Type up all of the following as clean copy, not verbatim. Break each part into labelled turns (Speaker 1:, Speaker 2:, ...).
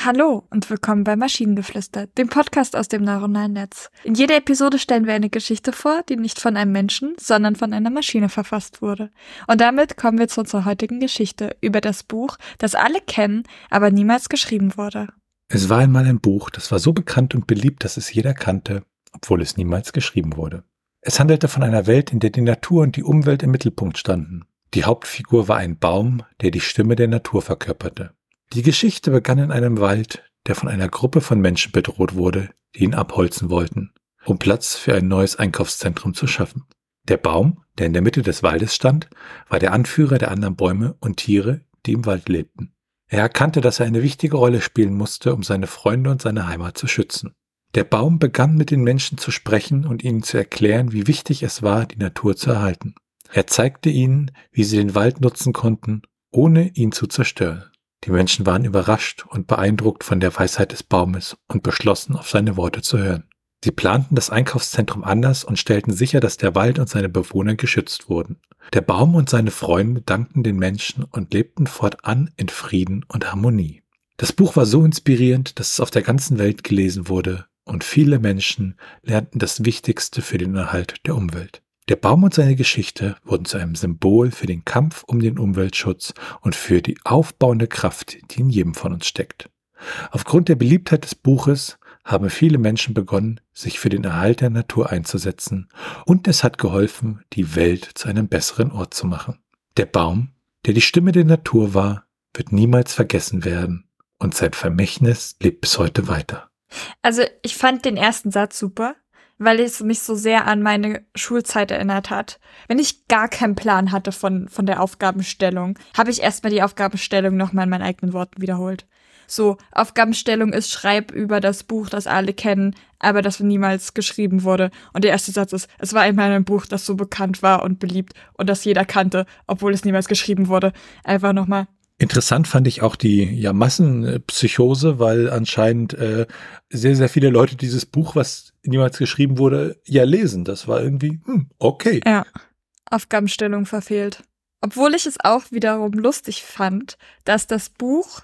Speaker 1: Hallo und willkommen bei Maschinengeflüster, dem Podcast aus dem neuronalen Netz. In jeder Episode stellen wir eine Geschichte vor, die nicht von einem Menschen, sondern von einer Maschine verfasst wurde. Und damit kommen wir zu unserer heutigen Geschichte über das Buch, das alle kennen, aber niemals geschrieben wurde.
Speaker 2: Es war einmal ein Buch, das war so bekannt und beliebt, dass es jeder kannte, obwohl es niemals geschrieben wurde. Es handelte von einer Welt, in der die Natur und die Umwelt im Mittelpunkt standen. Die Hauptfigur war ein Baum, der die Stimme der Natur verkörperte. Die Geschichte begann in einem Wald, der von einer Gruppe von Menschen bedroht wurde, die ihn abholzen wollten, um Platz für ein neues Einkaufszentrum zu schaffen. Der Baum, der in der Mitte des Waldes stand, war der Anführer der anderen Bäume und Tiere, die im Wald lebten. Er erkannte, dass er eine wichtige Rolle spielen musste, um seine Freunde und seine Heimat zu schützen. Der Baum begann mit den Menschen zu sprechen und ihnen zu erklären, wie wichtig es war, die Natur zu erhalten. Er zeigte ihnen, wie sie den Wald nutzen konnten, ohne ihn zu zerstören. Die Menschen waren überrascht und beeindruckt von der Weisheit des Baumes und beschlossen, auf seine Worte zu hören. Sie planten das Einkaufszentrum anders und stellten sicher, dass der Wald und seine Bewohner geschützt wurden. Der Baum und seine Freunde dankten den Menschen und lebten fortan in Frieden und Harmonie. Das Buch war so inspirierend, dass es auf der ganzen Welt gelesen wurde und viele Menschen lernten das Wichtigste für den Erhalt der Umwelt. Der Baum und seine Geschichte wurden zu einem Symbol für den Kampf um den Umweltschutz und für die aufbauende Kraft, die in jedem von uns steckt. Aufgrund der Beliebtheit des Buches haben viele Menschen begonnen, sich für den Erhalt der Natur einzusetzen, und es hat geholfen, die Welt zu einem besseren Ort zu machen. Der Baum, der die Stimme der Natur war, wird niemals vergessen werden, und sein Vermächtnis lebt bis heute weiter.
Speaker 1: Also ich fand den ersten Satz super, weil es mich so sehr an meine Schulzeit erinnert hat. Wenn ich gar keinen Plan hatte von der Aufgabenstellung, habe ich erstmal die Aufgabenstellung nochmal in meinen eigenen Worten wiederholt. So, Aufgabenstellung ist, schreib über das Buch, das alle kennen, aber das niemals geschrieben wurde. Und der erste Satz ist, es war einmal ein Buch, das so bekannt war und beliebt und das jeder kannte, obwohl es niemals geschrieben wurde. Einfach nochmal.
Speaker 2: Interessant fand ich auch die Massenpsychose, weil anscheinend sehr, sehr viele Leute dieses Buch, was niemals geschrieben wurde, lesen. Das war irgendwie, okay.
Speaker 1: Ja, Aufgabenstellung verfehlt. Obwohl ich es auch wiederum lustig fand, dass das Buch,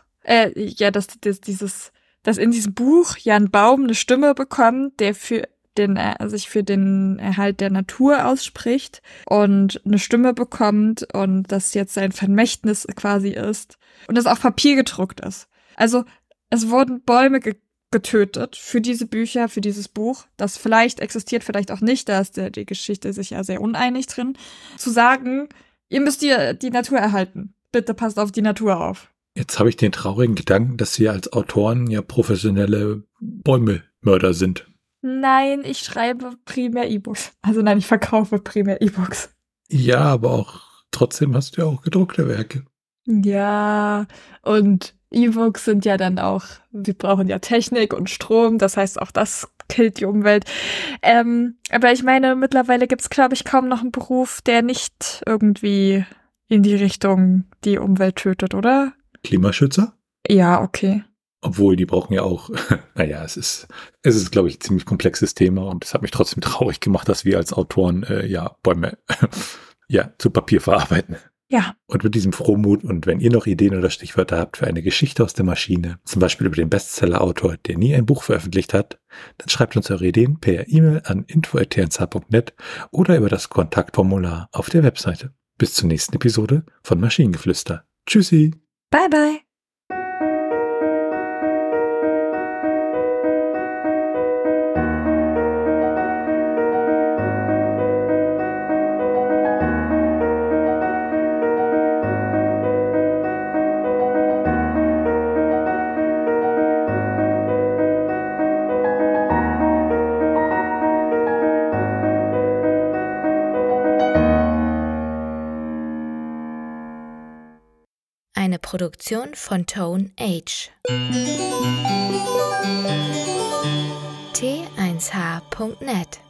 Speaker 1: dass in diesem Buch ein Baum eine Stimme bekommt, der sich für den Erhalt der Natur ausspricht und eine Stimme bekommt und das jetzt sein Vermächtnis quasi ist und das auf Papier gedruckt ist. Also es wurden Bäume getötet für diese Bücher, für dieses Buch, das vielleicht existiert, vielleicht auch nicht, da ist die Geschichte sich ja sehr uneinig drin, zu sagen, ihr müsst die Natur erhalten. Bitte passt auf die Natur auf.
Speaker 2: Jetzt habe ich den traurigen Gedanken, dass Sie als Autoren ja professionelle Bäumemörder sind.
Speaker 1: Nein, ich schreibe primär E-Books. Also nein, ich verkaufe primär E-Books.
Speaker 2: Ja, aber auch trotzdem hast du ja auch gedruckte Werke.
Speaker 1: Ja, und E-Books sind ja dann auch, wir brauchen ja Technik und Strom, das heißt auch das killt die Umwelt. Aber ich meine, mittlerweile gibt's, glaube ich, kaum noch einen Beruf, der nicht irgendwie in die Richtung die Umwelt tötet, oder?
Speaker 2: Klimaschützer?
Speaker 1: Ja, okay.
Speaker 2: Obwohl, die brauchen ja auch, es ist, glaube ich, ein ziemlich komplexes Thema und es hat mich trotzdem traurig gemacht, dass wir als Autoren, Bäume, zu Papier verarbeiten.
Speaker 1: Ja.
Speaker 2: Und mit diesem Frohmut, und wenn ihr noch Ideen oder Stichwörter habt für eine Geschichte aus der Maschine, zum Beispiel über den Bestseller-Autor, der nie ein Buch veröffentlicht hat, dann schreibt uns eure Ideen per E-Mail an info@tnsh.net oder über das Kontaktformular auf der Webseite. Bis zur nächsten Episode von Maschinengeflüster. Tschüssi.
Speaker 1: Bye, bye.
Speaker 3: Eine Produktion von Tone Age. T1h.net